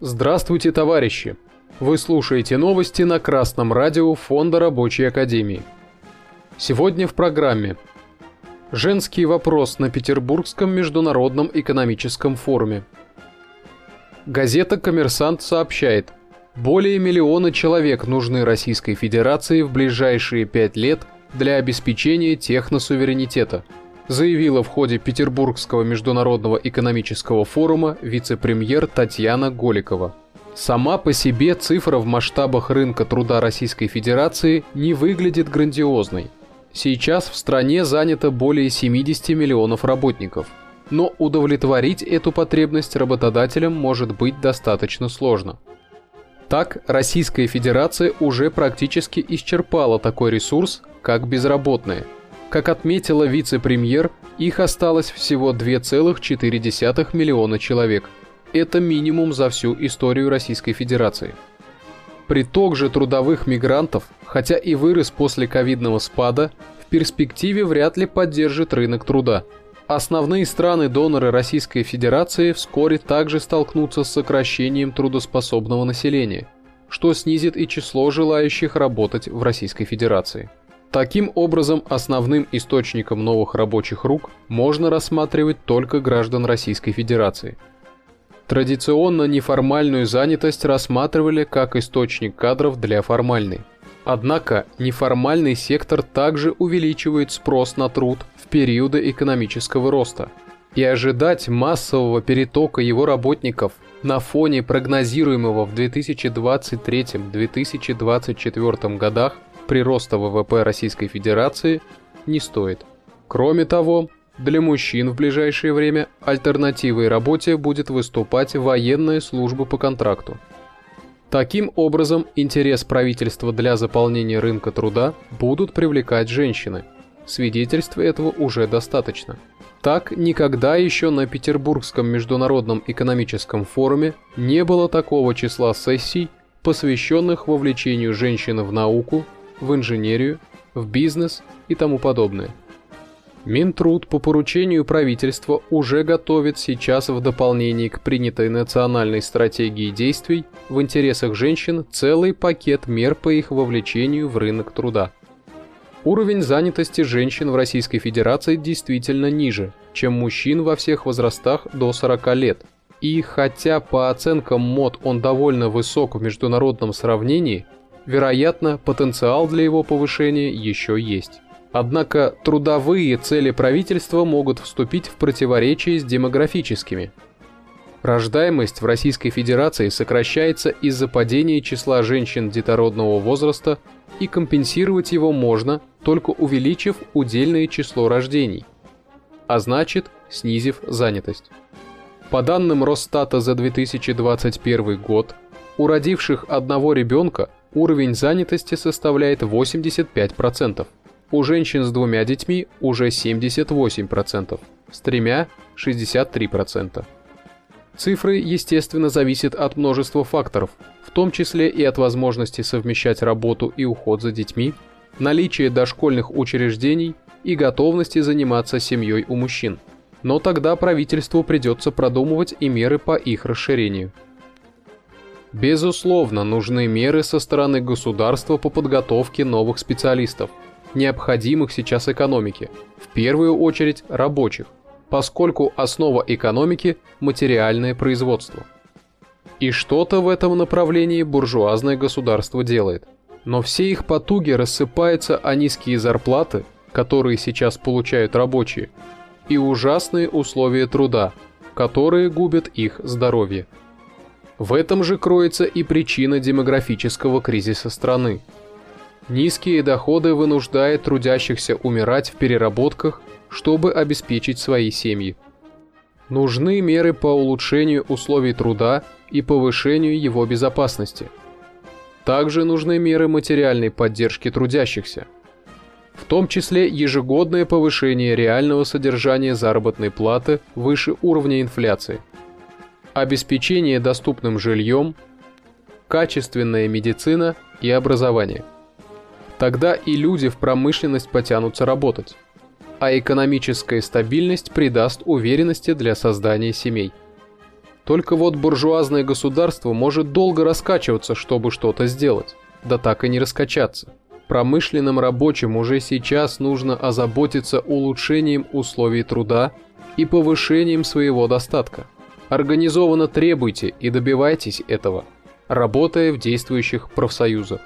Здравствуйте, товарищи! Вы слушаете новости на Красном радио Фонда Рабочей Академии. Сегодня в программе: женский вопрос на Петербургском международном экономическом форуме. Газета «Коммерсант» сообщает: более миллиона человек нужны Российской Федерации в ближайшие 5 лет для обеспечения техносуверенитета, заявила в ходе Петербургского международного экономического форума вице-премьер Татьяна Голикова. Сама по себе цифра в масштабах рынка труда Российской Федерации не выглядит грандиозной. Сейчас в стране занято более 70 миллионов работников, но удовлетворить эту потребность работодателям может быть достаточно сложно. Так, Российская Федерация уже практически исчерпала такой ресурс, как безработные. Как отметила вице-премьер, их осталось всего 2,4 миллиона человек. Это минимум за всю историю Российской Федерации. Приток же трудовых мигрантов, хотя и вырос после ковидного спада, в перспективе вряд ли поддержит рынок труда. Основные страны-доноры Российской Федерации вскоре также столкнутся с сокращением трудоспособного населения, что снизит и число желающих работать в Российской Федерации. Таким образом, основным источником новых рабочих рук можно рассматривать только граждан Российской Федерации. Традиционно неформальную занятость рассматривали как источник кадров для формальной. Однако неформальный сектор также увеличивает спрос на труд в периоды экономического роста. И ожидать массового перетока его работников на фоне прогнозируемого в 2023-2024 годах прироста ВВП Российской Федерации не стоит. Кроме того, для мужчин в ближайшее время альтернативой работе будет выступать военная служба по контракту. Таким образом, интерес правительства для заполнения рынка труда будут привлекать женщины. Свидетельств этого уже достаточно. Так, никогда еще на Петербургском международном экономическом форуме не было такого числа сессий, посвященных вовлечению женщин в науку, в инженерию, в бизнес и тому подобное. Минтруд по поручению правительства уже готовит сейчас в дополнение к принятой национальной стратегии действий в интересах женщин целый пакет мер по их вовлечению в рынок труда. Уровень занятости женщин в Российской Федерации действительно ниже, чем мужчин во всех возрастах до 40 лет. И хотя по оценкам МОД он довольно высок в международном сравнении, вероятно, потенциал для его повышения еще есть. Однако трудовые цели правительства могут вступить в противоречие с демографическими. Рождаемость в Российской Федерации сокращается из-за падения числа женщин детородного возраста, и компенсировать его можно, только увеличив удельное число рождений, а значит, снизив занятость. По данным Росстата за 2021 год, у родивших одного ребенка уровень занятости составляет 85%. У женщин с 2 детьми уже 78%, с 3 – 63%. Цифры, естественно, зависят от множества факторов, в том числе и от возможности совмещать работу и уход за детьми, наличия дошкольных учреждений и готовности заниматься семьей у мужчин. Но тогда правительству придется продумывать и меры по их расширению. Безусловно, нужны меры со стороны государства по подготовке новых специалистов, необходимых сейчас экономике, в первую очередь рабочих, поскольку основа экономики – материальное производство. И что-то в этом направлении буржуазное государство делает. Но все их потуги рассыпаются о низкие зарплаты, которые сейчас получают рабочие, и ужасные условия труда, которые губят их здоровье. В этом же кроется и причина демографического кризиса страны. Низкие доходы вынуждают трудящихся умирать в переработках, чтобы обеспечить свои семьи. Нужны меры по улучшению условий труда и повышению его безопасности. Также нужны меры материальной поддержки трудящихся, в том числе ежегодное повышение реального содержания заработной платы выше уровня инфляции, обеспечение доступным жильем, качественная медицина и образование. Тогда и люди в промышленность потянутся работать, а экономическая стабильность придаст уверенности для создания семей. Только вот буржуазное государство может долго раскачиваться, чтобы что-то сделать, да так и не раскачаться. Промышленным рабочим уже сейчас нужно озаботиться улучшением условий труда и повышением своего достатка. Организованно требуйте и добивайтесь этого, работая в действующих профсоюзах.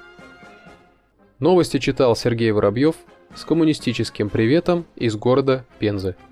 Новости читал Сергей Воробьев с коммунистическим приветом из города Пензы.